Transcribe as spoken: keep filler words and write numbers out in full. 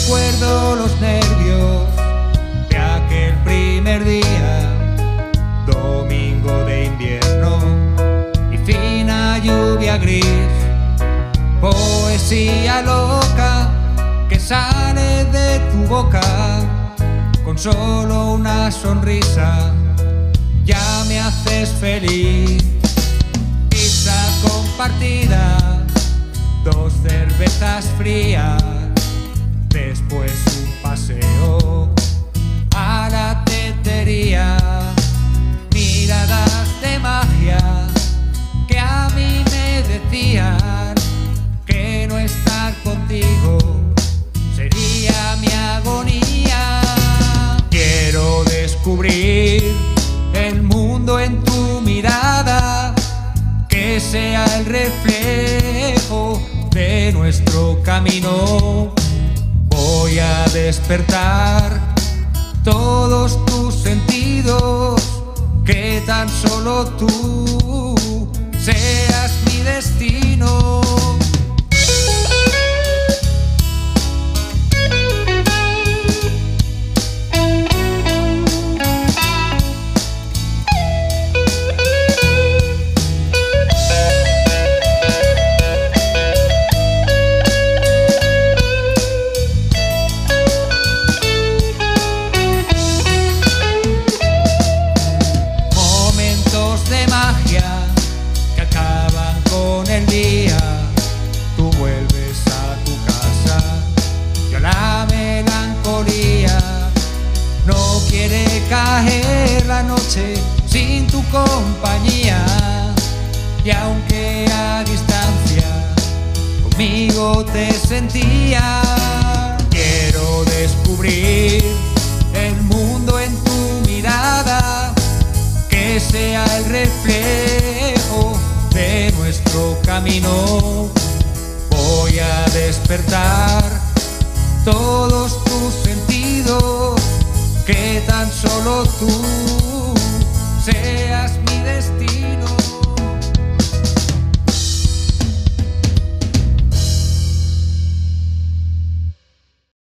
recuerdo los nervios de aquel primer día, domingo de invierno y fina lluvia gris, poesía loca que sale de tu boca con solo una sonrisa. Ya me haces feliz. Pizza compartida, dos cervezas frías, después un paseo a la tetería. Miradas de magia que a mí me decían que no estar contigo sería mi agonía. Quiero descubrir el mundo en tu mirada, que sea el reflejo de nuestro camino. Voy a despertar todos tus sentidos, que tan solo tú seas mi destino. De magia que acaban con el día. Tú vuelves a tu casa y a la melancolía. No quiere caer la noche sin tu compañía, y aunque a distancia conmigo te sentía. Quiero descubrir el mundo en tu mirada, que sea el reflejo de nuestro camino. Voy a despertar todos tus sentidos, que tan solo tú seas